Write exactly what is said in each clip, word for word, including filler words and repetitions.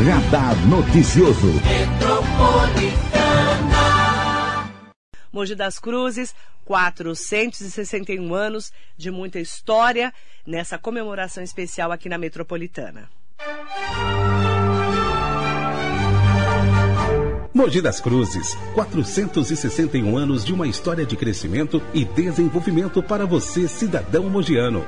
Radar Noticioso. Mogi das Cruzes, quatrocentos e sessenta e um anos de muita história nessa comemoração especial aqui na Metropolitana. Mogi das Cruzes, quatrocentos e sessenta e um anos de uma história de crescimento e desenvolvimento para você, cidadão mogiano.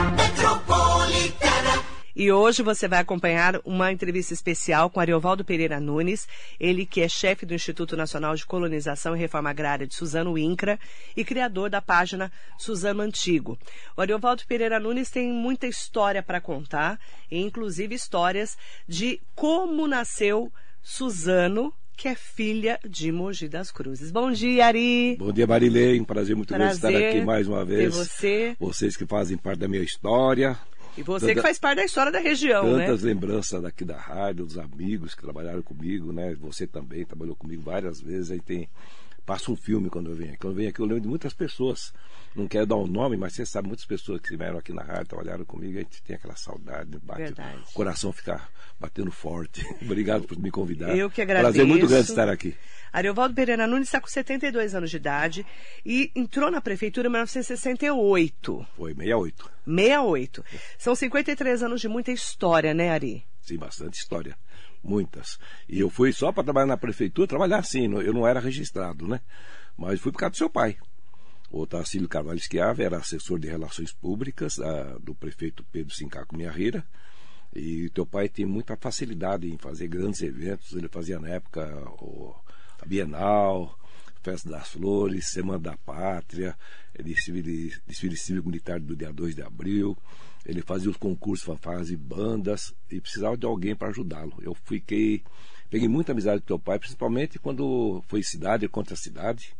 E hoje você vai acompanhar uma entrevista especial com Ariovaldo Pereira Nunes, ele que é chefe do Instituto Nacional de Colonização e Reforma Agrária de Suzano, INCRA, e criador da página Suzano Antigo. O Ariovaldo Pereira Nunes tem muita história para contar, inclusive histórias de como nasceu Suzano, que é filha de Mogi das Cruzes. Bom dia, Ari. Bom dia, Marilei. Um prazer muito grande prazer estar aqui mais uma vez. Ter você. Vocês que fazem parte da minha história. E você Tanta, que faz parte da história da região, tantas né? Tantas lembranças daqui da rádio, dos amigos que trabalharam comigo, né? Você também trabalhou comigo várias vezes. Aí tem... Passa um filme quando eu venho aqui. Quando eu venho aqui eu lembro de muitas pessoas. Não quero dar o um nome, mas você sabe, muitas pessoas que vieram aqui na rádio, trabalharam comigo, a gente tem aquela saudade, bate, Verdade. O coração fica batendo forte. Obrigado por me convidar. Eu que agradeço. Prazer muito grande estar aqui. Ariovaldo Pereira Nunes está com setenta e dois anos de idade e entrou na prefeitura em mil novecentos e sessenta e oito. Foi, sessenta e oito. sessenta e oito. São cinquenta e três anos de muita história, né, Ari? Sim, bastante história. Muitas. E eu fui só para trabalhar na prefeitura, trabalhar assim, eu não era registrado, né? Mas fui por causa do seu pai. O Tarcílio Carvalho Schiava era assessor de relações públicas a, do prefeito Pedro Sincaco Miarreira. E teu pai tinha muita facilidade em fazer grandes eventos. Ele fazia na época o, a Bienal, Festa das Flores, Semana da Pátria, desfile, desfile cívico-militar do dia dois de abril. Ele fazia os concursos, fanfarras e bandas e precisava de alguém para ajudá-lo. Eu fiquei, peguei muita amizade com teu pai, principalmente quando foi cidade contra cidade,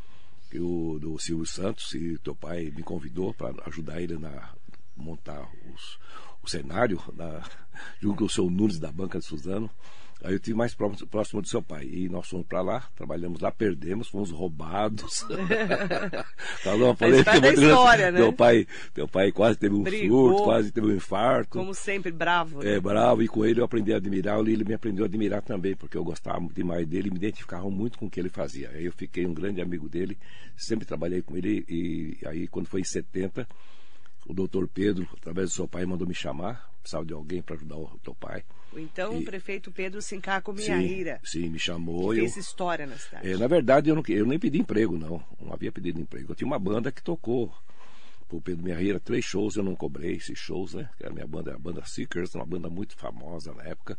o, do Silvio Santos, e teu pai me convidou para ajudar ele a montar os, o cenário, na, junto com o seu Nunes da Banca de Suzano. Aí eu estive mais próximo, próximo do seu pai. E nós fomos para lá, trabalhamos lá, perdemos, fomos roubados. Falou, falei, Faz parte da história, né? Teu pai, teu pai quase teve um Brigou, surto, quase teve um infarto. Como sempre, bravo. Né? É, bravo. E com ele eu aprendi a admirar, e ele me aprendeu a admirar também, porque eu gostava demais dele e me identificava muito com o que ele fazia. Aí eu fiquei um grande amigo dele, sempre trabalhei com ele. E aí, quando foi em setenta, o doutor Pedro, através do seu pai, mandou me chamar. Precisava de alguém para ajudar o teu pai. Então e, o prefeito Pedro Sincaco Miarreira. Sim, sim, me chamou. Que fez eu, história na cidade. É, na verdade, eu, não, eu nem pedi emprego, não. Não havia pedido emprego. Eu tinha uma banda que tocou pro Pedro Miarreira, três shows, eu não cobrei esses shows, né? A minha banda, a banda Seekers, uma banda muito famosa na época.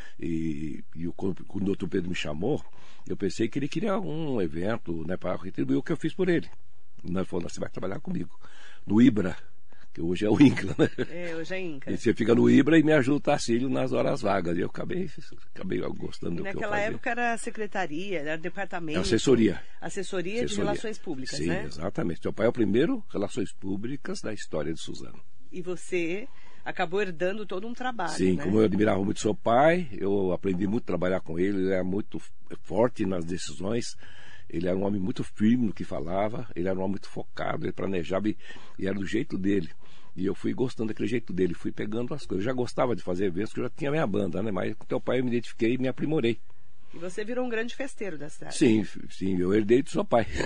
E, e o, quando o doutor Pedro me chamou, eu pensei que ele queria um evento, né, para retribuir o que eu fiz por ele. Ele falou, você vai trabalhar comigo no IBRA, que hoje é o INCRA, né? É, hoje é INCRA. E você fica no IBRA e me ajuda o Tarcílio nas horas vagas. E eu acabei, acabei gostando do que eu fazia. Naquela época era secretaria, era departamento. Assessoria. Assessoria. Assessoria de Relações Públicas, Sim, né? Exatamente. Teu pai é o primeiro Relações Públicas da história de Suzano. E você acabou herdando todo um trabalho, Sim, né? Como eu admirava muito seu pai, eu aprendi muito a trabalhar com ele. Ele era muito forte nas decisões. Ele era um homem muito firme no que falava. Ele era um homem muito focado. Ele planejava e, e era do jeito dele. E eu fui gostando daquele jeito dele, fui pegando as coisas. Eu já gostava de fazer eventos, porque eu já tinha minha banda, né? Mas com teu pai eu me identifiquei e me aprimorei. E você virou um grande festeiro da cidade. Sim, sim, eu herdei do seu pai.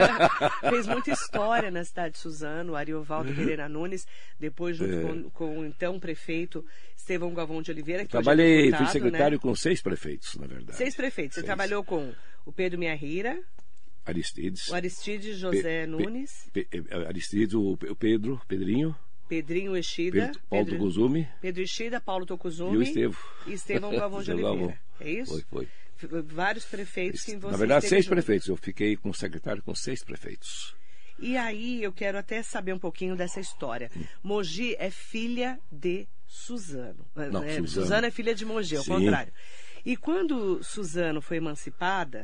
Fez muita história na cidade de Suzano, Ariovaldo Pereira Nunes, depois junto é. com, com o então prefeito Estevão Galvão de Oliveira. Que Trabalhei, hoje é deputado, fui secretário, né? Com seis prefeitos, na verdade. Seis prefeitos. Você seis. Trabalhou com o Pedro Miarreira, Aristides, o Aristides José Pe, Nunes, Pe, Pe, Aristides, o Pedro, Pedrinho, Pedrinho Eshida, Pedro, Paulo Pedro, Tocuzumi, Pedro Eshida, Paulo Tocuzumi e o Estevo. E Estevão Galvão de Oliveira. É isso? Foi, foi. Vários prefeitos que você Na verdade, seis junto. prefeitos. Eu fiquei como secretário com seis prefeitos. E aí eu quero até saber um pouquinho dessa história. Hum. Mogi é filha de Suzano. Não, é, Suzano. Suzano é filha de Mogi, ao Sim. contrário. E quando Suzano foi emancipada,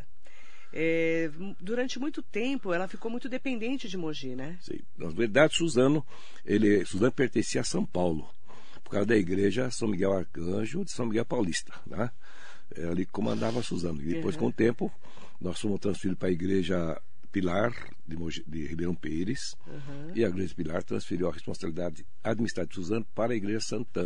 é, durante muito tempo ela ficou muito dependente de Mogi, né? Sim. Na verdade, Suzano, ele, Suzano pertencia a São Paulo, por causa da igreja São Miguel Arcanjo de São Miguel Paulista, né? É ali que comandava Suzano. E depois, uhum. com o tempo, nós fomos transferidos para a igreja Pilar de, Mogi, de Ribeirão Pires, uhum. e a igreja Pilar transferiu a responsabilidade administrativa de Suzano para a igreja Santana,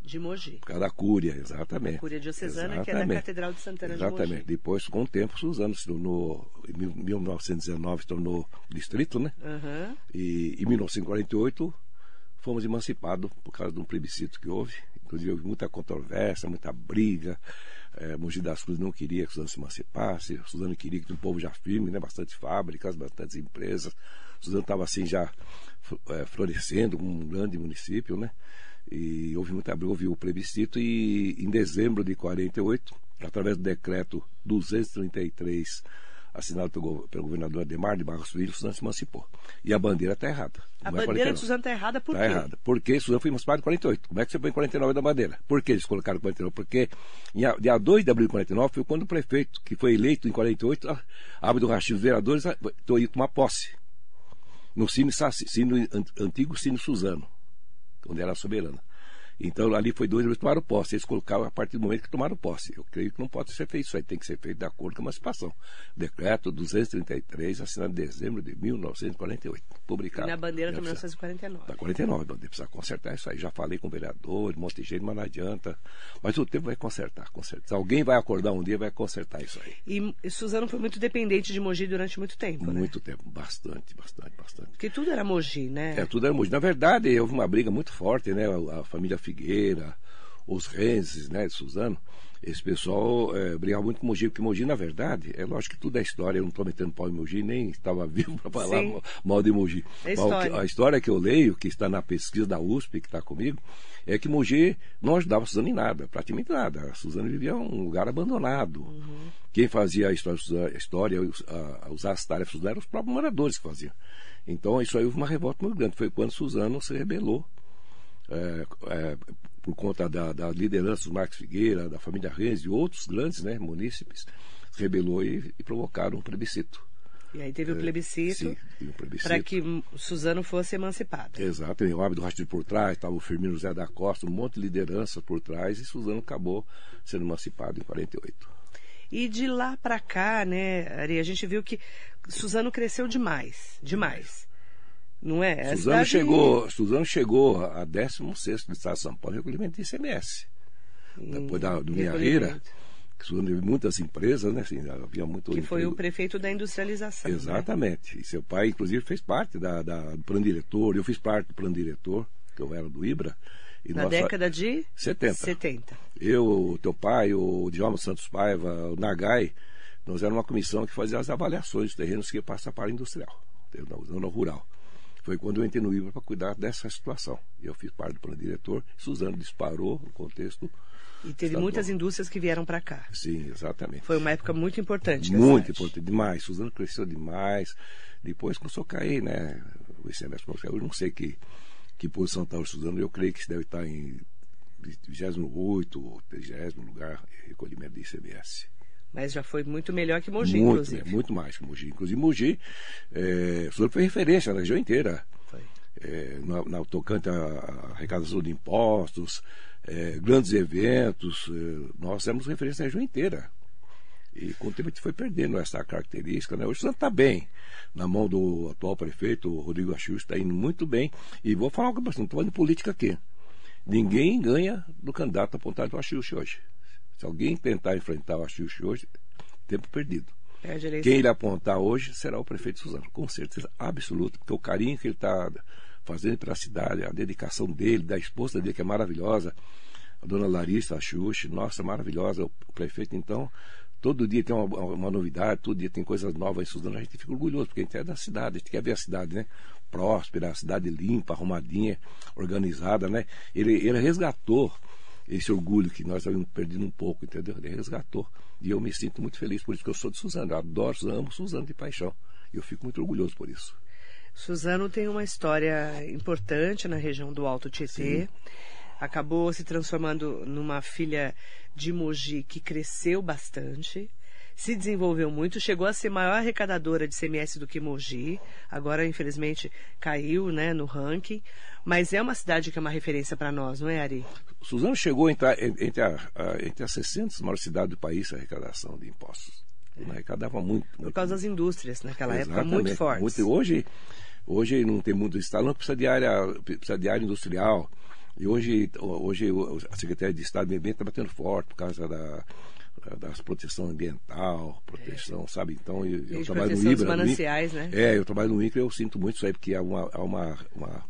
De Mogi. Por causa da Cúria, exatamente. Cúria Diocesana, exatamente. Que é da Catedral de Santana exatamente. de Mogi. Exatamente. Depois, com o tempo, Suzano se tornou, em mil novecentos e dezenove, se tornou distrito, né? Uhum. E em mil novecentos e quarenta e oito, fomos emancipados por causa de um plebiscito que houve. Inclusive, houve muita controvérsia, muita briga. É, Mogi das Cruzes não queria que Suzano se emancipasse. Suzano queria que o povo já firme, né? Bastante fábricas, bastantes empresas. Suzano estava assim já é, florescendo como um grande município, né? E houve muita briga, houve o plebiscito e em dezembro de quarenta e oito, através do decreto duzentos e trinta e três, assinado pelo, pelo governador Adhemar de Barros Filho, Suzano se emancipou. E a bandeira está errada. A bandeira de Suzano está errada por tá quê? Está errada. Porque Suzano foi emancipado em quarenta e oito. Como é que você põe quarenta e nove da bandeira? Por que eles colocaram quarenta e nove? Porque em a, dia dois de abril de quarenta e nove foi quando o prefeito, que foi eleito em quarenta e oito, Abdo Rachid, os vereadores, estão indo tomar posse. No sino, sino, antigo sino Suzano, onde era a soberana. Então ali foi dois, eles tomaram posse. Eles colocaram a partir do momento que tomaram posse. Eu creio que não pode ser feito isso aí, tem que ser feito de acordo com a emancipação. Decreto duzentos e trinta e três, assinado em dezembro de mil novecentos e quarenta e oito. Publicado. E na bandeira de mil novecentos e quarenta e nove. Da quarenta e nove, bandeira, precisa consertar isso aí. Já falei com o vereador, um monte de gente, mas não adianta. Mas o tempo vai consertar, consertar. Alguém vai acordar um dia e vai consertar isso aí. E, e Suzano foi muito dependente de Mogi durante muito tempo, né? Muito tempo, bastante, bastante, bastante. Porque tudo era Mogi, né? É, tudo era Mogi. Na verdade, houve uma briga muito forte, né? A, a família Figueira, os Renses, né, de Suzano, esse pessoal é, brigava muito com Mogi, porque Mogi, na verdade, é lógico que tudo é história, eu não estou metendo pau em Mogi, nem estava vivo para falar mal, mal de Mogi. É história. A história que eu leio, que está na pesquisa da U S P, que está comigo, é que Mogi não ajudava a Suzano em nada, praticamente nada. A Suzano vivia em um lugar abandonado. Uhum. Quem fazia a história, a história os, a, usar as tarefas Suzano eram os próprios moradores que faziam. Então, isso aí houve uma revolta muito grande. Foi quando Suzano se rebelou. É, é, por conta da, da liderança do Marcos Figueira, da família Renz e outros grandes, né, munícipes, se rebelou e, e provocaram um plebiscito. E aí teve o plebiscito, é, um plebiscito. para que Suzano fosse emancipado. Exato, o Abdo Rachid por trás, estava o Firmino José da Costa, um monte de liderança por trás, e Suzano acabou sendo emancipado em quarenta e oito. E de lá para cá, né, Ari, a gente viu que Suzano cresceu demais, demais. Não é? A Suzano, cidade... chegou, Suzano chegou a décimo sexto do Estado de São Paulo, recolhimento de I C M S. Hum, Depois da, do Minhareira, Suzano teve muitas empresas, né? Assim, havia muito que foi o prefeito da industrialização. Exatamente. Né? E seu pai, inclusive, fez parte da, da, do plano diretor. Eu fiz parte do plano diretor, que eu era do IBRA. E Na nossa... década de setenta. setenta. Eu, o teu pai, o Djalma Santos Paiva, o Nagai, nós éramos uma comissão que fazia as avaliações dos terrenos que ia passar para a industrial, na zona rural. Foi quando eu entrei no IBRA para cuidar dessa situação. Eu fiz parte do plano diretor, Suzano disparou no contexto. E teve estadual. Muitas indústrias que vieram para cá. Sim, exatamente. Foi uma época muito importante. Muito importante, demais. Suzano cresceu demais. Depois começou a cair, né? O I C M S começou a cair. Eu não sei que, que posição está o Suzano. Eu creio que deve estar em vigésimo oitavo ou trigésimo lugar em recolhimento de I C M S. Mas já foi muito melhor que Mogi, muito, inclusive. É, muito mais que Mogi. Inclusive, Mogi, é, Suzano foi referência na região inteira. Foi. É, na, na tocante à arrecadação de impostos, é, grandes eventos, é, nós temos referência na região inteira. E com o tempo a gente foi perdendo essa característica. Né? Hoje o Suzano está bem, na mão do atual prefeito, Rodrigo Axux, está indo muito bem. E vou falar uma coisa, não estou falando de política aqui. Ninguém ganha do candidato apontado do Axux hoje. Se alguém tentar enfrentar o Axux hoje, tempo perdido. Quem ele apontar hoje será o prefeito Suzano, com certeza absoluta, porque o carinho que ele está fazendo para a cidade, a dedicação dele, da esposa dele, que é maravilhosa, a dona Larissa Axux, nossa, maravilhosa, o prefeito, então, todo dia tem uma, uma novidade, todo dia tem coisas novas em Suzano, a gente fica orgulhoso, porque a gente é da cidade, a gente quer ver a cidade, né? Próspera, a cidade limpa, arrumadinha, organizada, né? Ele, ele resgatou esse orgulho que nós estávamos perdendo um pouco, entendeu? Ele resgatou. E eu me sinto muito feliz por isso, que eu sou de Suzano. Eu adoro, amo Suzano de paixão. E eu fico muito orgulhoso por isso. Suzano tem uma história importante na região do Alto Tietê. Sim. Acabou se transformando numa filha de Mogi que cresceu bastante, se desenvolveu muito, chegou a ser maior arrecadadora de I C M S do que Mogi. Agora, infelizmente, caiu, né, no ranking. Mas é uma cidade que é uma referência para nós, não é, Ari? Suzano chegou entre, a, entre, a, a, entre as sessenta maiores cidades do país a arrecadação de impostos. É. Arrecadava muito, muito. Por causa das indústrias, naquela Exatamente. época, muito fortes. Muito, hoje, hoje não tem muito estado, não precisa de área, precisa de área industrial. E hoje, hoje a Secretaria de Estado do Meio Ambiente está batendo forte por causa da, da proteção ambiental, proteção, é. sabe? Então, eu, eu trabalho no IBRA. Mananciais, né? É, eu trabalho no IBRA e eu sinto muito isso aí, porque há uma, há uma, uma,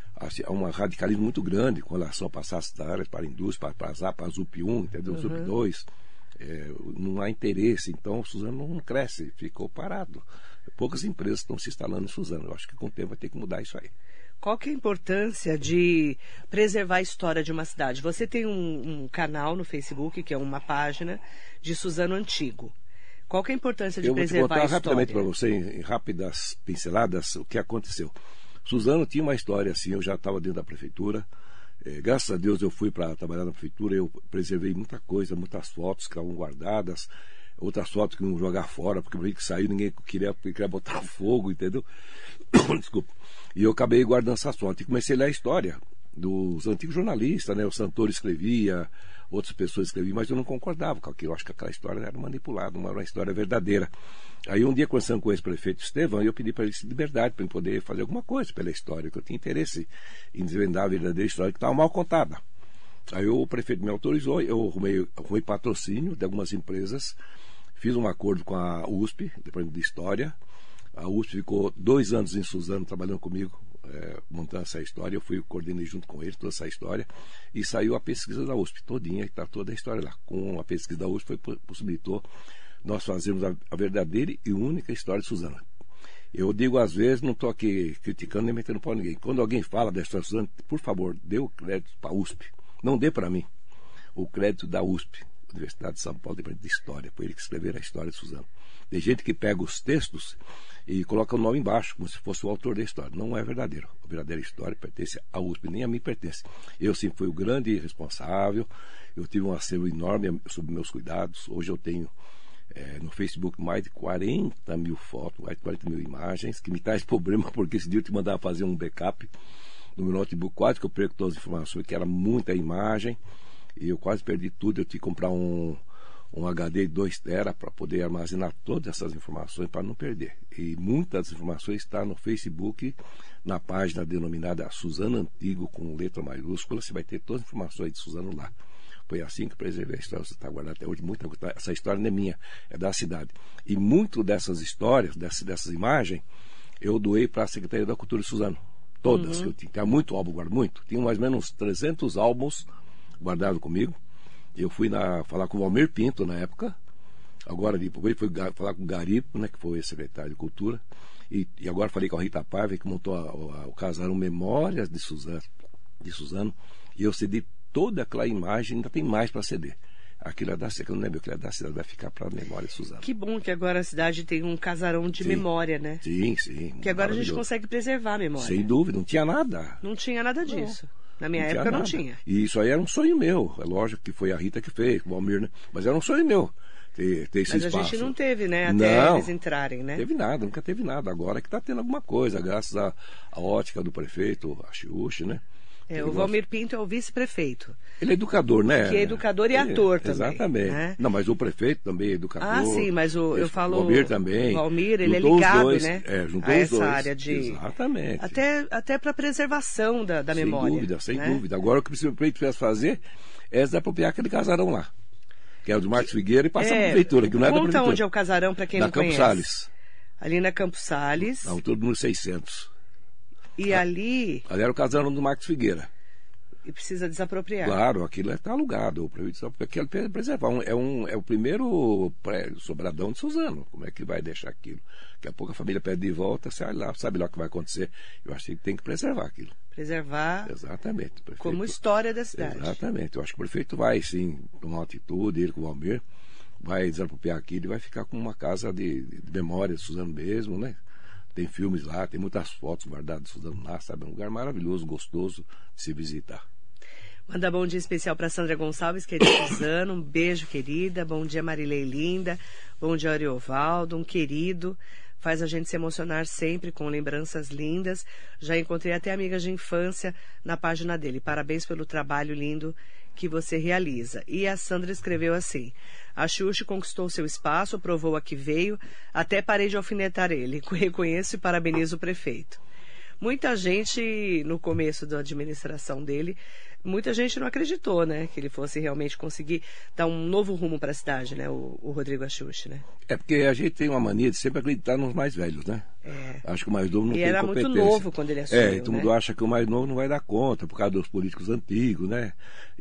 há um radicalismo muito grande com relação a passar as áreas para a indústria, para, para, para a ZUP um, entendeu? Uhum. ZUP dois. É, não há interesse, então o Suzano não cresce, ficou parado. Poucas empresas estão se instalando em Suzano. Eu acho que com o tempo vai ter que mudar isso aí. Qual que é a importância de preservar a história de uma cidade? Você tem um, um canal no Facebook, que é uma página de Suzano Antigo. Qual que é a importância de Eu preservar a história? Eu vou contar rapidamente para você, em, em rápidas pinceladas, o que aconteceu. Suzano tinha uma história assim, eu já estava dentro da prefeitura. É, graças a Deus eu fui para trabalhar na prefeitura, eu preservei muita coisa, muitas fotos que estavam guardadas, outras fotos que não jogar fora, porque eu vi que saiu, ninguém queria, queria botar fogo, entendeu? Desculpa. E eu acabei guardando essas fotos e comecei a ler a história dos antigos jornalistas, né? O Santoro escrevia, outras pessoas escreviam, mas eu não concordava com aquilo. Eu acho que aquela história era manipulada, não era uma história verdadeira. Aí um dia, conversando com o ex-prefeito Estevão, eu pedi para ele liberdade, para ele poder fazer alguma coisa pela história, que eu tinha interesse em desvendar a verdadeira história que estava mal contada. Aí o prefeito me autorizou, eu arrumei, arrumei patrocínio de algumas empresas, fiz um acordo com a U S P, Departamento de História. A U S P ficou dois anos em Suzano trabalhando comigo, é, montando essa história. Eu fui, coordenei junto com ele toda essa história e saiu a pesquisa da U S P todinha, está toda a história lá. Com a pesquisa da U S P foi, possibilitou nós fazermos a, a verdadeira e única história de Suzano. Eu digo às vezes, não estou aqui criticando nem metendo pau em ninguém. Quando alguém fala da história de Suzano, por favor, dê o crédito para a U S P. Não dê para mim o crédito da U S P, Universidade de São Paulo, Departamento de História. Foi ele que escreveu a história de Suzano. Tem gente que pega os textos e coloca o nome embaixo, como se fosse o autor da história. Não é verdadeiro. A verdadeira história pertence à U S P, nem a mim pertence. Eu sim fui o grande responsável, eu tive um acervo enorme sob meus cuidados. Hoje eu tenho é, no Facebook mais de quarenta mil fotos, mais de quarenta mil imagens, que me traz problema, porque esse dia eu te mandava fazer um backup no meu notebook, quase que eu perco todas as informações, que era muita imagem, e eu quase perdi tudo. Eu tive que comprar um um H D de dois tera para poder armazenar todas essas informações para não perder. E muitas das informações estão no Facebook, na página denominada Suzano Antigo, com letra maiúscula. Você vai ter todas as informações de Suzano lá. Foi assim que preservei a história. Você está guardando até hoje. Muita, essa história não é minha, é da cidade. E muito dessas histórias, dessas, dessas imagens, eu doei para a Secretaria da Cultura de Suzano. Todas. Uhum. Que eu tinha. Tinha muito álbum guardado, muito. Tinha mais ou menos uns trezentos álbuns guardados comigo. Eu fui na, falar com o Valmir Pinto na época, agora depois fui falar com o Garipo, né, que foi secretário de Cultura, e, e agora falei com a Rita Paiva, que montou a, a, o casarão Memórias de Suzano, de Suzano, e eu cedi toda aquela imagem, ainda tem mais para ceder. Aquilo é da cidade, eu não lembro, aquilo é da cidade, vai ficar para a memória de Suzano. Que bom que agora a cidade tem um casarão de sim, memória, né? Sim, sim. Que agora a gente consegue preservar a memória. Sem dúvida, não tinha nada. Não tinha nada disso. Não. Na minha não época não nada. tinha. E isso aí era um sonho meu. É lógico que foi a Rita que fez, o Valmir, né? Mas era um sonho meu ter, ter esse Mas espaço. A gente não teve, né? Até não, eles entrarem, né? Não teve nada, nunca teve nada. Agora que está tendo alguma coisa, graças à, à ótica do prefeito, a Chiuchi, né? É, o Valmir Pinto é o vice-prefeito. Ele é educador, né? Que é educador e ele, ator também. Exatamente. Né? Não, mas o prefeito também é educador. Ah, sim, mas o, eu falo... O Valmir também. O Valmir, ele é ligado, dois, né? É, juntou a os essa dois. área de... Exatamente. Até, até para preservação da, da sem memória. Sem dúvida, sem né? dúvida. Agora o que o prefeito precisa fazer é desapropriar aquele casarão lá. Que é o de Marcos Figueira e passar é, para a prefeitura, que não é da prefeitura. Conta onde é o casarão, para quem na não Campos conhece. Sales. Ali na Campos Sales. Na altura do número seiscentos. E ah, ali... Ali era o casarão do Marcos Figueira. E precisa desapropriar. Claro, aquilo está alugado. O prefeito quer preservar. É, um, é o primeiro prédio sobradão de Suzano. Como é que vai deixar aquilo? Daqui a pouco a família pede de volta, sabe lá, sabe lá o que vai acontecer. Eu acho que tem que preservar aquilo. Preservar. Exatamente. Prefeito, como história da cidade. Exatamente. Eu acho que o prefeito vai, sim, tomar uma atitude, ele com o Valmir, vai desapropriar aquilo e vai ficar com uma casa de, de memória de Suzano mesmo, né? Tem filmes lá, tem muitas fotos guardadas de Suzano lá, sabe? É um lugar maravilhoso, gostoso de se visitar. Manda bom dia especial para Sandra Gonçalves, que é de Suzano. Um beijo, querida. Bom dia, Marilei Linda. Bom dia, Ariovaldo. Um querido. Faz a gente se emocionar sempre com lembranças lindas. Já encontrei até amigas de infância na página dele. Parabéns pelo trabalho lindo que você realiza. E a Sandra escreveu assim: a Xuxa conquistou seu espaço, provou a que veio, até parei de alfinetar ele. Reconheço e parabenizo o prefeito. Muita gente, no começo da administração dele, muita gente não acreditou, né, que ele fosse realmente conseguir dar um novo rumo para a cidade, né, o, o Rodrigo Axuxi, né? É porque a gente tem uma mania de sempre acreditar nos mais velhos, né? É. Acho que o mais novo não e tem era competência. muito novo quando ele assumiu, É, todo mundo né? acha que o mais novo não vai dar conta por causa dos políticos antigos, né?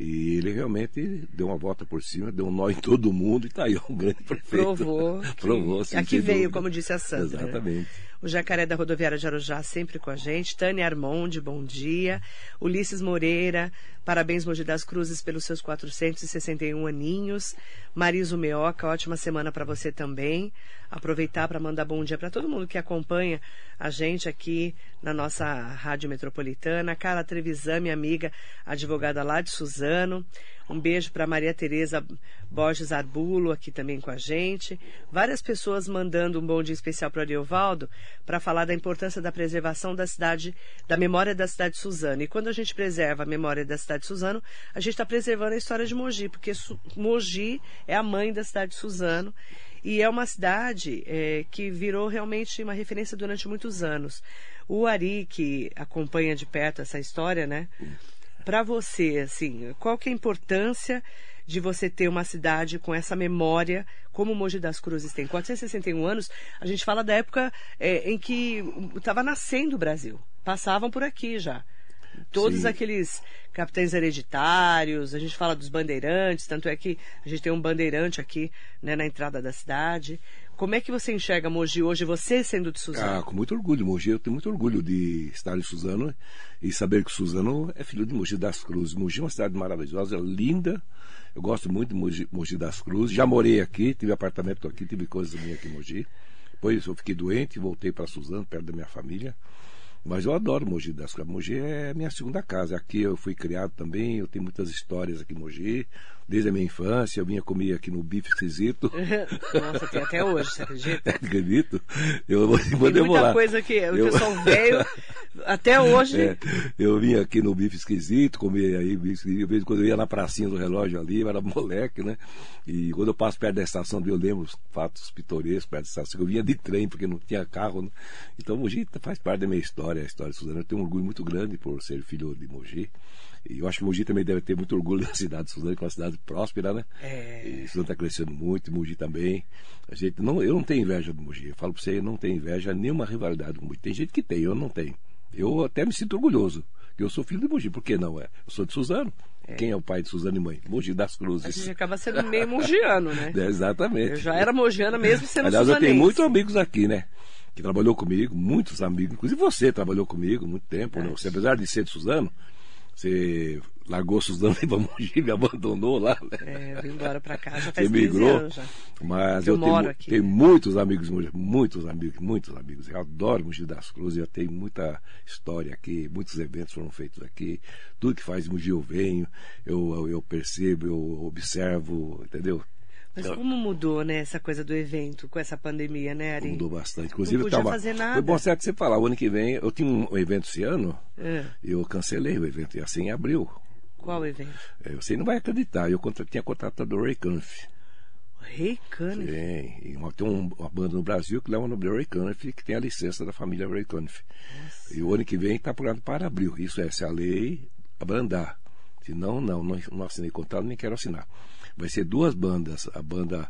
E ele realmente deu uma volta por cima, deu um nó em todo mundo e tá aí, um grande prefeito. Provou. Que... Provou, sim, Aqui veio, dúvida. como disse a Sandra. Exatamente. Né? O Jacaré da Rodoviária de Arujá sempre com a gente. Tânia Armonde, bom dia. Ulisses Moreira, parabéns Mogi das Cruzes pelos seus quatrocentos e sessenta e um aninhos. Mariso Meoca, ótima semana para você também. Aproveitar para mandar bom dia para todo mundo que acompanha a gente aqui na nossa Rádio Metropolitana. Carla Trevisan, minha amiga, advogada lá de Suzano. Um beijo para Maria Tereza Borges Arbulo, aqui também com a gente. Várias pessoas mandando um bom dia especial para o Ariovaldo para falar da importância da preservação da cidade, da memória da cidade de Suzano. E quando a gente preserva a memória da cidade de Suzano, a gente está preservando a história de Mogi, porque Su- Mogi é a mãe da cidade de Suzano. E é uma cidade é, que virou realmente uma referência durante muitos anos. O Ari, que acompanha de perto essa história, né? Para você, assim, qual que é a importância de você ter uma cidade com essa memória, como Mogi das Cruzes tem? quatrocentos e sessenta e um anos, a gente fala da época é, em que estava nascendo o Brasil. Passavam por aqui já. Todos Sim. aqueles capitães hereditários, a gente fala dos bandeirantes, tanto é que a gente tem um bandeirante aqui, né, na entrada da cidade. Como é que você enxerga Mogi hoje, você sendo de Suzano? Ah, com muito orgulho, Mogi. Eu tenho muito orgulho de estar em Suzano e saber que Suzano é filho de Mogi das Cruzes. Mogi é uma cidade maravilhosa, linda. Eu gosto muito de Mogi, Mogi das Cruzes. Já morei aqui, tive apartamento aqui, tive coisas minhas aqui em Mogi. Depois eu fiquei doente, voltei para Suzano, perto da minha família. Mas eu adoro Mogi das Cruzes. Mogi é a minha segunda casa. Aqui eu fui criado também, eu tenho muitas histórias aqui em Mogi. Desde a minha infância, eu vinha comer aqui no Bife Esquisito. Nossa, tem até hoje, você acredita? Acredito. Eu vou, vou tem demorar. Muita coisa que o eu... pessoal veio, até hoje. É, eu vinha aqui no Bife Esquisito, comer aí, bife esquisito. Quando eu ia na pracinha do relógio ali, eu era moleque, né? E quando eu passo perto da estação, eu lembro os fatos pitorescos perto da estação. Eu vinha de trem, porque não tinha carro, né? Então, Mogi faz parte da minha história, a história de Suzano. Eu tenho um orgulho muito grande por ser filho de Mogi. E eu acho que Mogi também deve ter muito orgulho da cidade de Suzano, que é uma cidade próspera, né? É. E Suzano está crescendo muito, Mogi também. A gente não, eu não tenho inveja do Mogi. Eu falo para você, eu não tenho inveja, nenhuma rivalidade com Mogi. Tem gente que tem, eu não tenho. Eu até me sinto orgulhoso, que eu sou filho de Mogi. Por que não? É? Eu sou de Suzano. É. Quem é o pai de Suzano e mãe? Mogi das Cruzes. A gente acaba sendo meio mogiano, né? É, exatamente. Eu já era mogiana mesmo sendo Aliás, suzanense. eu tenho muitos amigos aqui, né? Que trabalhou comigo, muitos amigos. Inclusive você trabalhou comigo muito tempo. É. Né? Você, apesar de ser de Suzano, você largou Suzano e para Mogi, me abandonou lá, né? É, eu vim embora para cá, já faz você migrou, quinze anos já. Mas eu, eu moro tenho, aqui. tenho muitos amigos, muitos amigos, muitos amigos. Eu adoro Mogi das Cruzes, eu tenho muita história aqui, muitos eventos foram feitos aqui. Tudo que faz Mogi eu venho, eu, eu, eu percebo, eu observo, entendeu? Mas como mudou, né, essa coisa do evento com essa pandemia, né, Ari? Mudou bastante. Inclusive, não podia tava, fazer nada. foi bom certo você falar. O ano que vem, eu tinha um evento esse ano, é. eu cancelei o evento, e assim em abril. Qual evento? É, você não vai acreditar, eu contra, tinha contratado o Ray Cunniff. Ray Cunniff? Tem, e uma, tem um, uma banda no Brasil que leva o nome de Ray Cunniff, que tem a licença da família Ray Cunniff. Nossa. E o ano que vem está programado para abril. Isso é, se a lei abrandar. Se não, não, não, não assinei contrato, nem quero assinar. Vai ser duas bandas, a banda,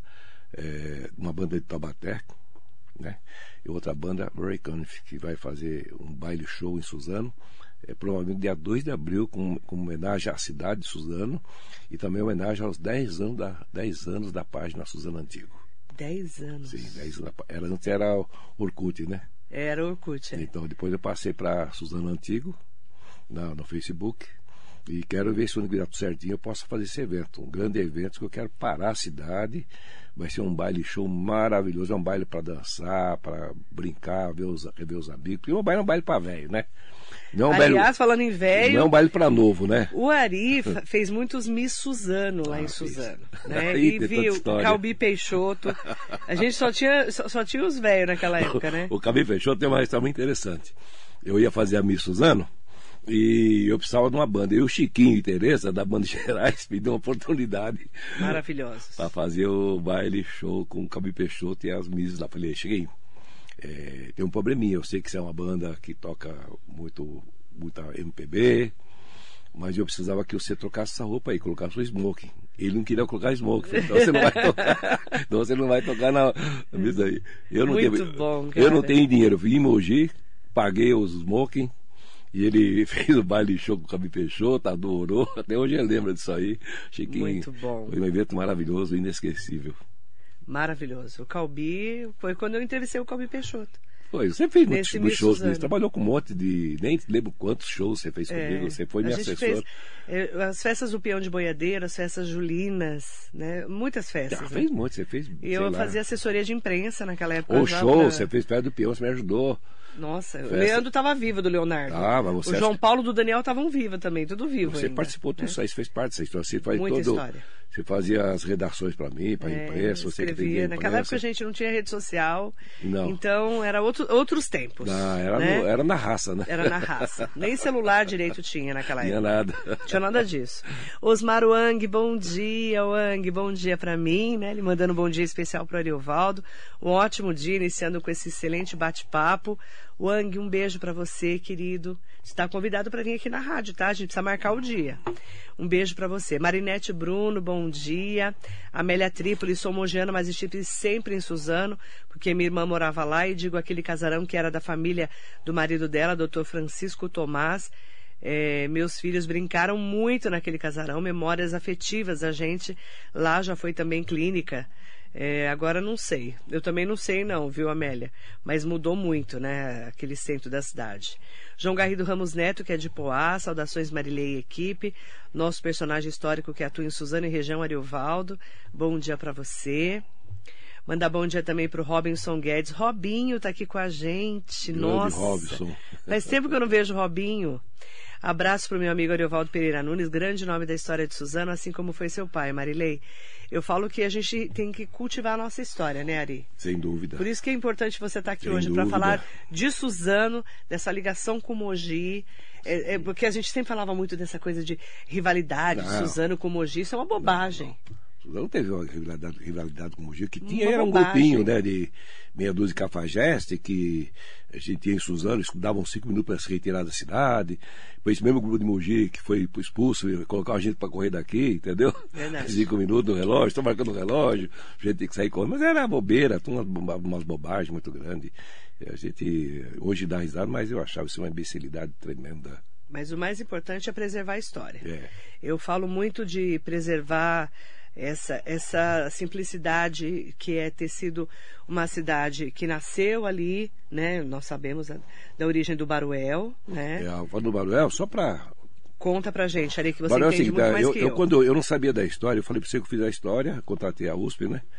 é, uma banda de Taubaté, né? E outra banda, Ray Cunniff, que vai fazer um baile show em Suzano, é, provavelmente dia dois de abril, com, com homenagem à cidade de Suzano e também homenagem aos dez anos da, dez anos da página Suzano Antigo. dez anos? Sim, dez anos. Era, antes era o Orkut, né? Era o Orkut, é. Então, depois eu passei para Suzano Antigo, na, no Facebook. E quero ver se o ano que der tudo certinho eu posso fazer esse evento. Um grande evento que eu quero parar a cidade. Vai ser um baile show maravilhoso. É um baile para dançar, para brincar, ver os, rever os amigos. Porque o baile é um baile para velho, né? Não é um Aliás, baile, falando em velho... Não é um baile para novo, né? O Ari fez muitos Miss Suzano lá ah, em Suzano. Né? Aí, e viu o Calbi Peixoto. A gente só tinha, só, só tinha os velhos naquela época, né? O, o Calbi Peixoto tem uma história muito interessante. Eu ia fazer a Miss Suzano e eu precisava de uma banda. E o Chiquinho e Tereza, da Banda Gerais, me deu uma oportunidade. Maravilhosos. Para fazer o baile show com o Calbi Peixoto e as Misses lá. Falei, cheguei. é, tem um probleminha. Eu sei que isso é uma banda que toca muito, muita M P B, mas eu precisava que você trocasse essa roupa aí, colocasse o smoking. Ele não queria colocar smoking, então você não vai tocar, então você não vai tocar na mesa aí. Eu não Muito tenho, bom, cara. Eu não tenho dinheiro, eu vim em Mogi, paguei os smoking, e ele fez o baile show com o Calbi Peixoto, adorou, até hoje ele lembra disso aí. Achei que Muito bom. Foi um evento maravilhoso, inesquecível. Maravilhoso. O Calbi, foi quando eu entrevistei o Calbi Peixoto. Foi, você fez muitos, Nesse muitos shows, Suzano. Você trabalhou com um monte de, nem lembro quantos shows você fez É, comigo, você foi a minha gente assessora. fez, é, as festas do Peão de Boiadeiro, as festas julinas, né? Muitas festas. Ah, né? fez muito, você fez. E eu sei lá. fazia assessoria de imprensa naquela época. O já show, pra- você fez perto do peão, você me ajudou. Nossa, Festa. o Leandro estava vivo do Leonardo. Ah, mas você o João acha- Paulo do Daniel estavam vivos também, tudo vivo Você ainda, participou né? disso aí, você fez parte dessa história. Você faz Muita todo, história. Você fazia as redações para mim, para a É, imprensa, você que escrevia. tem Naquela época a gente não tinha rede social, Não. então era outro, outros tempos. Ah, era, né? no- era na raça, né? Era na raça. Nem celular direito tinha naquela Não tinha época. nada. Tinha nada disso. Osmar Wang, bom dia, Wang, bom dia pra mim, né? Ele mandando um bom dia especial pro Ariovaldo. Um ótimo dia, iniciando com esse excelente bate-papo. Wang, um beijo pra você, querido. Você está convidado para vir aqui na rádio, tá? A gente precisa marcar o dia. Um beijo pra você. Marinete Bruno, bom dia. Amélia Trípoli, sou mogiana, mas estive sempre em Suzano, porque minha irmã morava lá e digo aquele casarão que era da família do marido dela, doutor Francisco Tomás. É, meus filhos brincaram muito naquele casarão, memórias afetivas da gente. Lá já foi também clínica. É, agora não sei. Eu também não sei não, viu, Amélia? Mas mudou muito, né, aquele centro da cidade. João Garrido Ramos Neto, que é de Poá, saudações Marilei e equipe. Nosso personagem histórico que atua em Suzano e região, Ariovaldo. Bom dia para você. Mandar bom dia também pro Robinson Guedes. Robinho tá aqui com a gente. Grande Nossa. Robinson. Faz tempo que eu não vejo o Robinho. Abraço pro meu amigo Ariovaldo Pereira Nunes, grande nome da história de Suzano, assim como foi seu pai, Marilei. Eu falo que a gente tem que cultivar a nossa história, né, Ari? Sem dúvida. Por isso que é importante você estar aqui Sem hoje para dúvida. falar de Suzano, dessa ligação com Mogi. É, é, porque a gente sempre falava muito dessa coisa de rivalidade, de Não. Suzano com Mogi. Isso é uma bobagem. Suzano não teve uma rivalidade, rivalidade com o Mogi, que tinha Uma era um bobagem. grupinho, né, de meia dúzia de cafajeste, que a gente ia em Suzano, davam cinco minutos para se retirar da cidade. Depois esse mesmo grupo de Mogi que foi expulso, e colocava a gente para correr daqui, entendeu? Verdade. Cinco minutos no relógio, estão marcando o relógio, a gente tem que sair correndo. Mas era bobeira, tinha umas, umas bobagens muito grandes. A gente hoje dá risada, mas eu achava isso uma imbecilidade tremenda. Mas o mais importante é preservar a história. É. Eu falo muito de preservar essa, essa simplicidade que é ter sido uma cidade que nasceu ali, né? Nós sabemos a, da origem do Baruel, né? É, a avó do Baruel, só para Conta pra gente, Ari, que você Baruel, entende assim, muito mais eu, que eu, eu. quando eu não sabia da história, eu falei para você que eu fiz a história, contratei a U S P, né?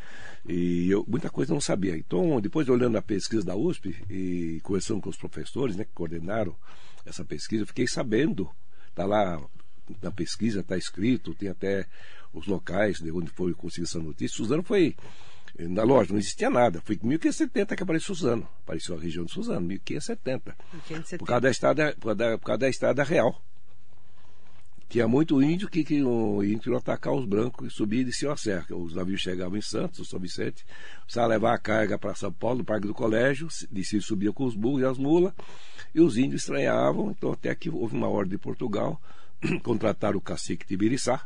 E eu, muita coisa eu não sabia. Então, depois olhando a pesquisa da U S P e conversando com os professores, né, que coordenaram essa pesquisa, eu fiquei sabendo, tá lá na pesquisa, tá escrito, tem até os locais de onde foi conseguir essa notícia. Suzano foi, na loja, não existia nada. Foi em mil quinhentos e setenta que apareceu Suzano. Apareceu a região de Suzano, mil quinhentos e setenta. Por causa da estrada, por causa da, por causa da estrada real. Tinha muito índio que queriam índio atacar os brancos e subir e descer a serra. Os navios chegavam em Santos, São Vicente, precisavam levar a carga para São Paulo, no Parque do Colégio, descia e subia com os burros e as mulas, e os índios estranhavam, então até que houve uma ordem de Portugal, contrataram o cacique Tibiriçá,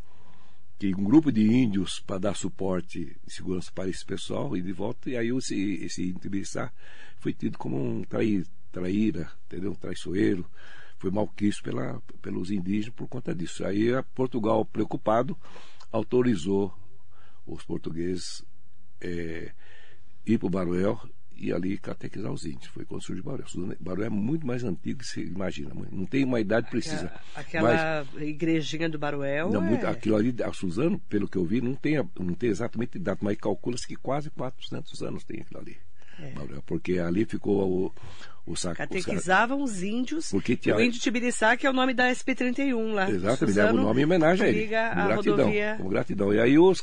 que um grupo de índios para dar suporte e segurança para esse pessoal, e de volta, e aí esse, esse índio Tibiriçá foi tido como um traí, traíra, entendeu? Um traiçoeiro, foi malquisto pela, pelos indígenas por conta disso. Aí a Portugal, preocupado, autorizou os portugueses é, ir para o Baruel e ali catequizar os índios. Foi quando surgiu o Baruel. O Baruel é muito mais antigo que se imagina. Não tem uma idade precisa. Aquela, aquela igrejinha do Baruel. Não, é... muito, aquilo ali, a Suzano, pelo que eu vi, não tem, não tem exatamente data, mas calcula-se que quase quatrocentos anos tem aquilo ali. É. Porque ali ficou o, o saco. Catequizavam os índios. Porque tinha... O índio Tibiriçá, que é o nome da S P trinta e um lá. Exato, ele dava o nome em homenagem a ele. Liga como a gratidão, rodovia. como gratidão. E aí os,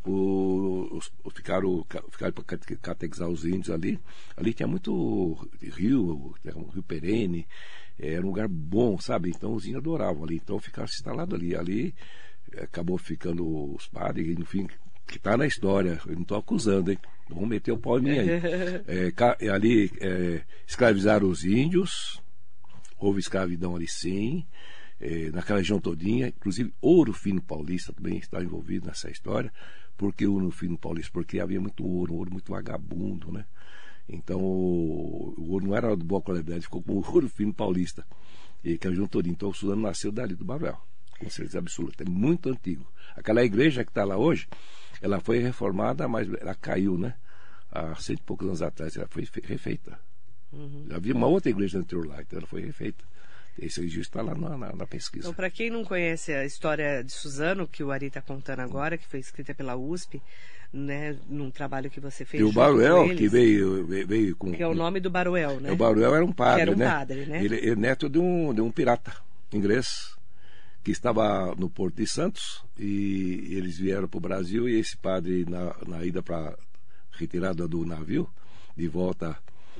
os, os ficaram, ficaram para catequizar os índios ali. Ali tinha muito rio, um rio perene. Era um lugar bom, sabe? Então os índios adoravam ali. Então ficaram instalados ali. Ali acabou ficando os padres, enfim, que está na história. Eu não estou acusando, hein? Vamos meter o pau em mim aí. É, ali é, escravizaram os índios, houve escravidão ali sim, é, naquela região todinha, inclusive Ouro Fino Paulista também está envolvido nessa história. Por que Ouro Fino Paulista? Porque havia muito ouro, ouro muito vagabundo, né? Então o, o ouro não era de boa qualidade, ficou com o Ouro Fino Paulista, e que é a região todinha. Então o Suzano nasceu dali do Baruel, com certeza absoluta, é muito antigo. Aquela igreja que está lá hoje, ela foi reformada, mas ela caiu, né? Há cento e poucos anos atrás, ela foi refeita. Uhum. Havia uma outra igreja anterior lá, então ela foi refeita. Esse registro está lá na, na, na pesquisa. Então, para quem não conhece a história de Suzano, que o Ari está contando agora, que foi escrita pela U S P, né, num trabalho que você fez. E o Baruel, eles, que veio, veio, veio com. Que é o nome do Baruel, né? O Baruel era um padre, que era um né? padre, né? Ele é neto de um, de um pirata inglês que estava no Porto de Santos, e eles vieram para o Brasil, e esse padre, na, na ida para retirada do navio, de volta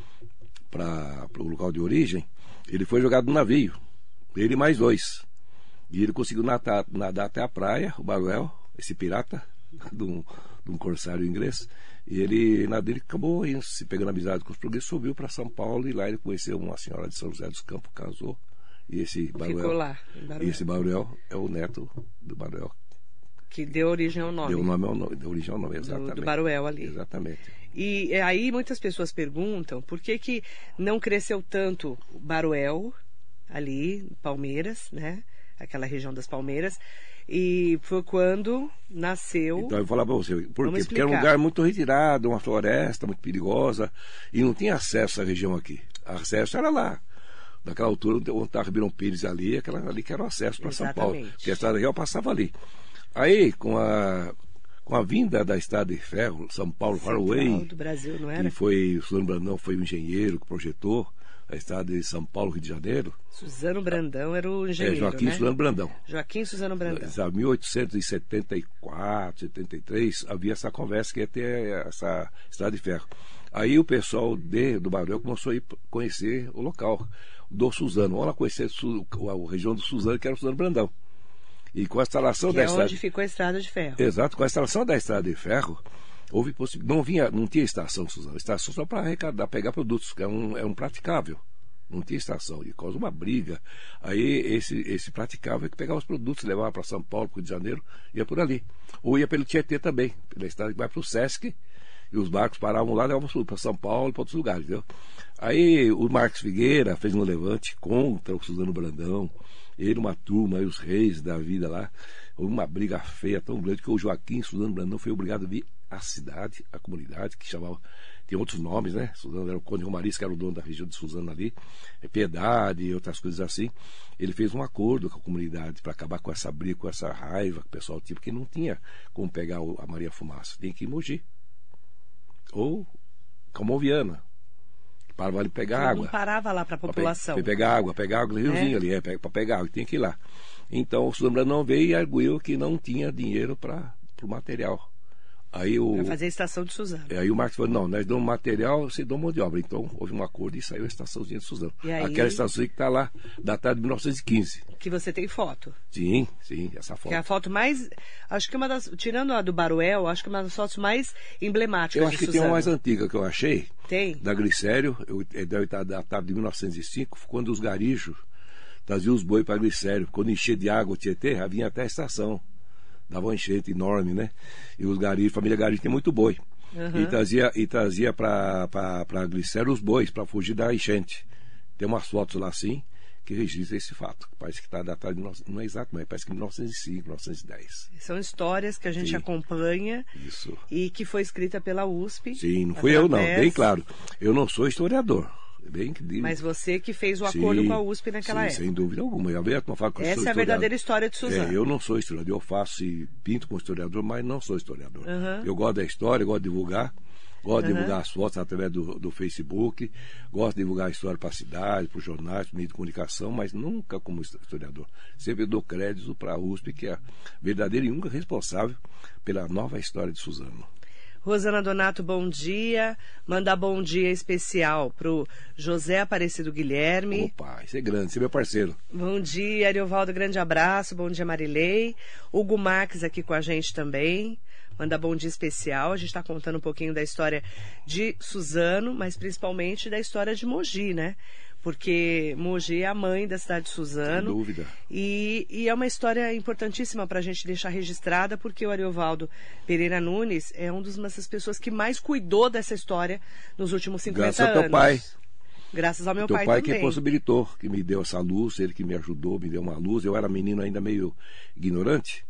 para o local de origem, ele foi jogado no navio, ele mais dois. E ele conseguiu nadar, nadar até a praia, o Baruel, esse pirata, de um, de um corsário inglês. E ele, na dele, acabou indo, se pegando amizade com os portugueses, subiu para São Paulo, e lá ele conheceu uma senhora de São José dos Campos, casou. E esse Baruel, ficou lá, e esse Baruel é o neto do Baruel. Que deu origem ao nome. Deu, nome ao nome, deu origem ao nome, exatamente. Do, do Baruel ali. Exatamente. E aí muitas pessoas perguntam por que que não cresceu tanto o Baruel ali, Palmeiras, né? Aquela região das Palmeiras. E foi quando nasceu... Então eu vou falar para você. Por Vamos quê? explicar. Porque era um lugar muito retirado, uma floresta muito perigosa, e não tinha acesso à região aqui. O acesso era lá. Daquela altura, onde estava Ribeirão Pires ali, aquela ali que era o acesso para São Paulo. Porque a estrada real passava ali. Aí, com a, com a vinda da estrada de ferro, São Paulo Highway, do Brasil, não era? que foi, o Suzano Brandão foi o engenheiro que projetou a estrada de São Paulo, Rio de Janeiro. Suzano Brandão era o engenheiro, é, Joaquim né? Suzano Brandão. Joaquim Suzano Brandão. Em mil oitocentos e setenta e quatro, setenta e três, havia essa conversa que ia ter essa estrada de ferro. Aí o pessoal de, do Baruel começou a ir conhecer o local do Suzano. Vamos lá conhecer a, a região do Suzano, que era o Suzano Brandão. E com a instalação que da é estrada... onde ficou a estrada de ferro. Exato, com a instalação da estrada de ferro, houve possi... não, vinha, não tinha estação, Suzano. Estação só para arrecadar, pegar produtos, que é um, é um praticável. Não tinha estação, e causa uma briga. Aí esse, esse praticável é que pegava os produtos, levava para São Paulo, para o Rio de Janeiro, ia por ali. Ou ia pelo Tietê também, pela estrada que vai para o Sesc, e os barcos paravam lá e levavam para São Paulo e para outros lugares, entendeu? Aí o Marcos Figueira fez um levante contra o Suzano Brandão, ele, uma turma, aí os reis da vida lá, uma briga feia tão grande que o Joaquim Suzano Brandão foi obrigado a vir à cidade, à comunidade, que chamava, tem outros nomes, né? Suzano era o Conde Romariz, que era o dono da região de Suzano ali, Piedade e outras coisas assim. Ele fez um acordo com a comunidade para acabar com essa briga, com essa raiva que o pessoal tinha, porque não tinha como pegar a Maria Fumaça, tem que ir em Mogi. Ou Calmon-Viana. Para ali pegar água. Não parava lá para a população. Para pegar água, pegar água no riozinho é. ali, é, para pegar água, tem que ir lá. Então o Suzano Brandão veio e arguiu que não tinha dinheiro para o material. Aí o. Para fazer a estação de Suzano. Aí o Marcos falou: não, nós damos material, você dá mão de obra. Então houve um acordo e saiu a estaçãozinha de Suzano. E aí... Aquela estação que está lá, datada de mil novecentos e quinze. Que você tem foto. Sim, sim, essa foto. Que é a foto mais. Acho que uma das. Tirando a do Baruel, acho que uma das fotos mais emblemáticas. Eu acho de que Suzano. tem uma mais antiga que eu achei. Tem. Da Glicério, eu, deve estar datada de mil novecentos e cinco, quando os garijos traziam os boi para Glicério. Quando enchia de água o Tietê, vinha até a estação. Dava uma enchente enorme, né? E os garijos, a família garijos tem muito boi. Uhum. E trazia, e trazia para Glicério os bois, para fugir da enchente. Tem umas fotos lá assim, que registra esse fato. Parece que está datado, de, não é exato, mas parece que em mil novecentos e cinco, mil novecentos e dez. São histórias que a gente Sim. acompanha. Isso. E que foi escrita pela U S P. Sim, não fui eu não, bem claro. Eu não sou historiador. Bem que digo. Mas você que fez o acordo sim, com a U S P naquela sim, época. Sem dúvida alguma. Eu não falo que eu Essa sou é a verdadeira história de Suzano. É, eu não sou historiador, eu faço e pinto como historiador, mas não sou historiador. Uhum. Eu gosto da história, gosto de divulgar, gosto de uhum. divulgar as fotos através do, do Facebook, gosto de divulgar a história para a cidade, para os jornais, para o meio de comunicação, mas nunca como historiador. Sempre dou crédito para a U S P, que é a verdadeira e única responsável pela nova história de Suzano. Rosana Donato, bom dia. Mandar bom dia especial pro José Aparecido Guilherme. Opa, esse é grande, esse é meu parceiro. Bom dia, Ariovaldo, grande abraço. Bom dia, Marilei. Hugo Marques aqui com a gente também. Manda bom dia especial. A gente está contando um pouquinho da história de Suzano, mas principalmente da história de Mogi, né? Porque Mogi é a mãe da cidade de Suzano. Sem dúvida. E, e é uma história importantíssima para a gente deixar registrada, porque o Ariovaldo Pereira Nunes é uma das pessoas que mais cuidou dessa história nos últimos cinquenta Graças anos. ao teu pai. Graças ao meu teu pai, pai também. que possibilitou, que me deu essa luz, ele que me ajudou, me deu uma luz. Eu era menino ainda meio ignorante.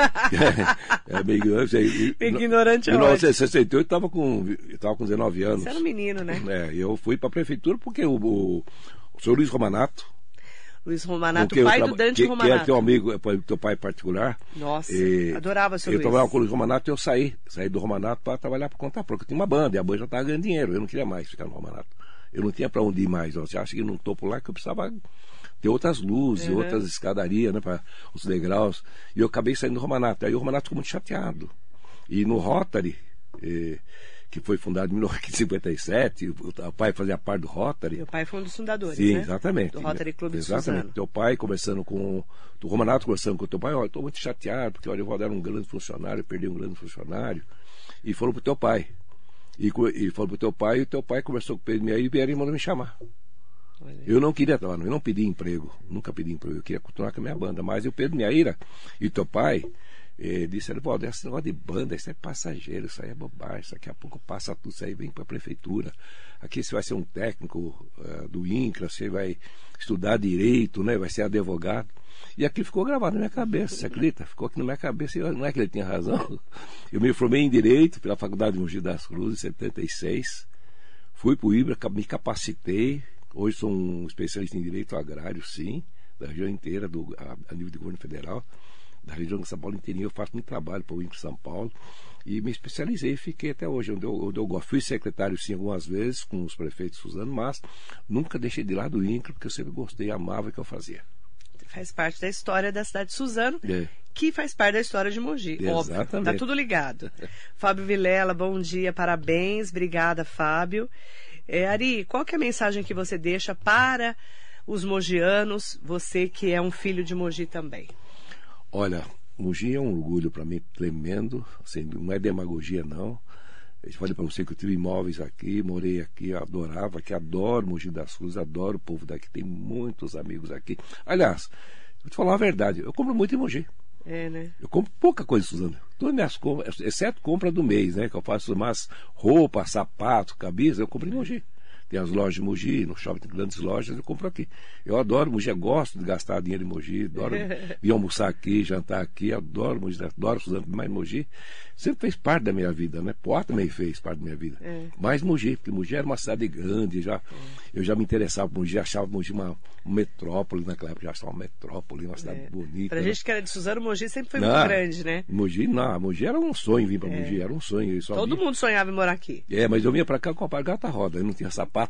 é, é meio ignorante. E, meio ignorante é Em mil novecentos e sessenta e oito eu estava com, eu tava com dezenove anos. Você era um menino, né? É, eu fui para a prefeitura porque o, o, o senhor Luiz Romanato, Luiz Romanato, porque pai eu, do Dante que, Romanato. Que é teu amigo, teu pai particular. Nossa, e, adorava o seu Eu Luiz. trabalhava com o Luiz Romanato e eu saí. Saí do Romanato para trabalhar para contar, porque eu tinha uma banda e a banda já estava ganhando dinheiro. Eu não queria mais ficar no Romanato. Eu não tinha para onde ir mais. Você acha que num topo lá que eu precisava ter outras luzes, uhum. outras escadarias, né, para os degraus. E eu acabei saindo do Romanato. Aí o Romanato ficou muito chateado. E no Rotary, eh, que foi fundado em mil novecentos e cinquenta e sete, o pai fazia parte do Rotary. Meu pai foi um dos fundadores, Sim, né? exatamente. Do Rotary Clube de Exatamente. Suzano. Teu pai conversando com o Romanato, conversando com o teu pai, olha, estou muito chateado, porque o Ariovaldo era um grande funcionário, perdi um grande funcionário. E falou pro teu pai. E, e falou pro teu pai, e o teu pai conversou com o Pedro Miaíra e o Miaíra mandou me chamar. Olha. Eu não queria trabalhar, eu não pedi emprego, nunca pedi emprego, eu queria continuar com a minha banda. Mas o Pedro Miaíra e o teu pai eh, disse, Ariovaldo, esse negócio de banda, isso é passageiro, isso aí é bobagem, isso daqui a pouco passa tudo, isso aí vem para a prefeitura. Aqui você vai ser um técnico uh, do INCRA, você vai estudar direito, né, vai ser advogado. E aquilo ficou gravado na minha cabeça, você acredita? Ficou aqui na minha cabeça, e não é que ele tinha razão. Eu me formei em Direito pela Faculdade de Mogi das Cruzes, em setenta e seis. Fui para o IBRA, me capacitei. Hoje sou um especialista em Direito Agrário, sim, da região inteira, do, a, a nível de governo federal. Da região de São Paulo inteirinha, eu faço muito trabalho para o INCRA São Paulo. E me especializei e fiquei até hoje, onde eu, onde eu gosto. Fui secretário, sim, algumas vezes, com os prefeitos Suzano, mas nunca deixei de lado o INCRA, porque eu sempre gostei, amava o que eu fazia. Faz parte da história da cidade de Suzano, é. que faz parte da história de Mogi. Exatamente. Óbvio, tá tudo ligado. Fábio Vilela, bom dia, parabéns, obrigada, Fábio. É, Ari, qual que é a mensagem que você deixa para os mogianos, você que é um filho de Mogi também? Olha, Mogi é um orgulho para mim tremendo, assim, não é demagogia não. Eu falei para você que eu tive imóveis aqui, morei aqui, adorava aqui, adoro Mogi das Cruzes, adoro o povo daqui, tem muitos amigos aqui. Aliás, vou te falar a verdade, eu compro muito em Mogi. É, né? Eu compro pouca coisa, Suzano. Todas minhas compras, exceto compra do mês, né? Que eu faço umas roupas, sapatos, camisa, eu compro em Mogi. Tem as lojas de Mogi, no shopping tem grandes lojas, eu compro aqui. Eu adoro Mogi, eu gosto de gastar dinheiro em Mogi, adoro vir almoçar aqui, jantar aqui, adoro Mogi, adoro Suzano, mais Mogi. Sempre fez parte da minha vida, né? Poá também fez parte da minha vida. É. Mais Mogi, porque Mogi era uma cidade grande, já, é. eu já me interessava por Mogi, achava Mogi uma, uma metrópole naquela época, já achava uma metrópole, uma cidade é. bonita. Pra né? gente que era de Suzano, Mogi sempre foi não, muito grande, né? Mogi, não, Mogi era um sonho vir pra é. Mogi, era um sonho. Só Todo vinha... mundo sonhava em morar aqui. É, mas eu vinha pra cá comprar gata-roda, eu não tinha sapato.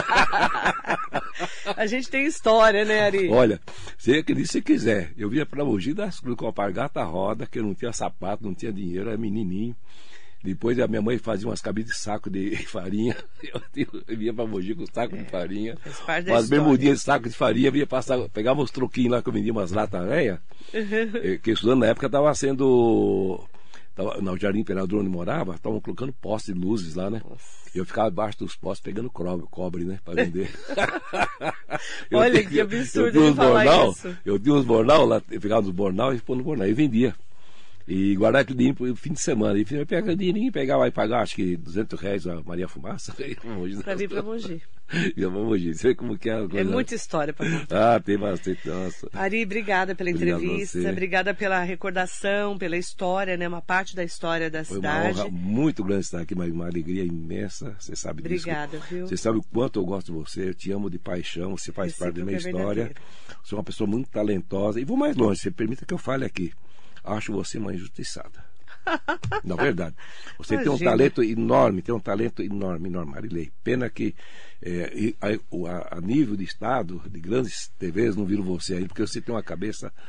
A gente tem história, né, Ari? Olha, você acredita se quiser. Eu vinha para Mogi das Cruzes comprar gata-roda, que eu não tinha sapato, não tinha dinheiro, era menininho. Depois a minha mãe fazia umas cabeças de saco de farinha. Eu, eu vinha para Mogi com saco é, de farinha. Umas bermudinhas de saco de farinha, vinha passar, pegava uns troquinhos lá que eu vendia umas latas velhas. Uhum. Que estudando na época estava sendo. Tava, no Jardim Imperador onde morava, estavam colocando postes de luzes lá, né? Nossa. Eu ficava abaixo dos postes pegando cobre, cobre né? Para vender. Olha tinha, que absurdo eu de falar bornal, isso. Eu tinha uns bornal lá, eu pegava nos bornal e pôr no bornal e vendia. E guardava aquele dinheiro pro fim de semana. E eu pegava dinheirinho, pegava e pagava acho que duzentos reais a Maria Fumaça. Para vir para Mogi. Ia pra Mogi. Você vê como que é a coisa. É muita história para contar. Ah, tem bastante. Nossa. Ari, obrigada pela entrevista. Obrigado obrigada pela recordação, pela história, né? Uma parte da história da Foi cidade. Foi uma honra muito grande estar aqui, mas uma alegria imensa. Você sabe disso. Obrigada, viu? Você sabe o quanto eu gosto de você. Eu te amo de paixão. Você faz parte da minha história. Você é uma pessoa muito talentosa. E vou mais longe. Você permita que eu fale aqui. Acho você uma injustiçada. Na verdade, você Imagina. tem um talento enorme, tem um talento enorme, enorme, Marilei. Pena que é, a, a, a nível de estado, de grandes T Vs, não viram você ainda, porque você tem uma cabeça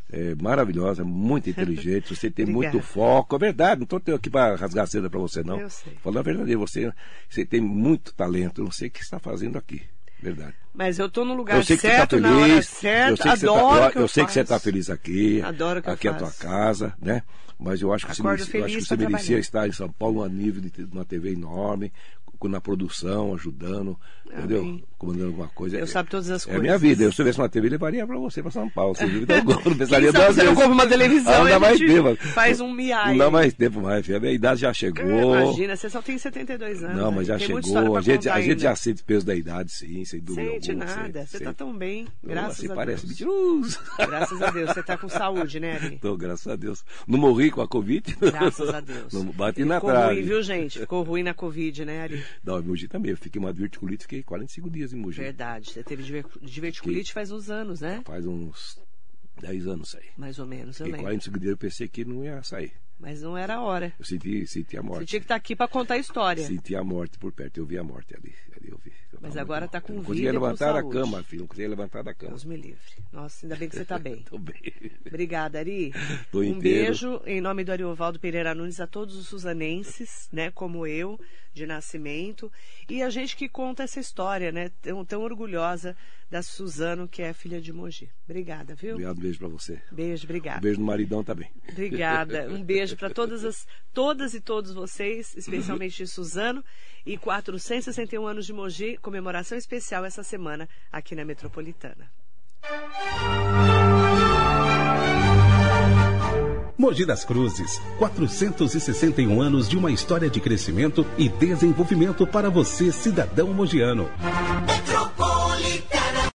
é maravilhosa, muito inteligente, você tem muito foco, é verdade, não estou aqui para rasgar seda para você, não. Eu sei. Falando a verdade, você, você tem muito talento, eu não sei o que você está fazendo aqui, verdade. Mas eu estou no lugar certo, tá feliz, na hora certa, eu adoro tá, que eu, eu eu sei que você está faço. feliz aqui, Adoro que aqui é eu a tua faço. casa, né? Mas eu acho que Acordo você, merecia, eu acho que você feliz pra merecia trabalhar. estar em São Paulo a nível de uma T V enorme, na produção, ajudando, entendeu? Amém. Comandando alguma coisa. Eu é, sabe todas as é coisas. a minha vida. Eu, se eu tivesse uma T V, eu levaria para você, para São Paulo. Você vive tão gol, não pensaria Quem sabe duas você não vezes. compra uma televisão Ah, não e dá a mais gente tempo. faz um miai. Não dá mais tempo mais, filho. A minha idade já chegou. Imagina, você só tem setenta e dois anos. Não, mas já tem muita chegou. história A pra gente, contar a gente ainda. já sente o peso da idade, sim, sem dúvida Sente alguma. nada, Sente, você sente. tá tão bem, Não, graças assim a parece Deus. mentiroso. Graças a Deus, você tá com saúde, né, Ari? Tô, graças a Deus. Não morri com a Covid. Graças a Deus. Não bati E na ficou trave. ruim, viu, gente? Ficou ruim na Covid, né, Ari? Não, em Mogi também. Eu fiquei uma diverticulite, fiquei quarenta e cinco dias em Mogi. Verdade, você teve diver- diverticulite faz uns anos, né? Faz uns dez anos aí. Mais ou menos, eu Fiquei lembro. quarenta e cinco dias, eu pensei que não ia sair. Mas não era a hora. Eu senti, senti a Você morte. tinha que estar aqui para contar a história. Senti a morte por perto. Eu vi a morte ali. ali eu vi. Eu Mas tava agora muito tá mal. com Eu não vida conseguia e com levantar da saúde. cama, filho. Não conseguia levantar da cama. Deus me livre. Nossa, ainda bem que você tá bem. Tô bem. Obrigada, Ari. Tô um inteiro. beijo em nome do Ariovaldo Pereira Nunes a todos os suzanenses, né, como eu, de nascimento, e a gente que conta essa história, né, tão, tão orgulhosa da Suzano, que é filha de Mogi. Obrigada, viu? Obrigado, um beijo pra você. Beijo, obrigada. Um beijo no maridão também. Obrigada. Um beijo para todas as todas e todos vocês, especialmente de Suzano, e quatrocentos e sessenta e um anos de Mogi, comemoração especial essa semana aqui na Metropolitana. Mogi das Cruzes, quatrocentos e sessenta e um anos de uma história de crescimento e desenvolvimento para você, cidadão mogiano.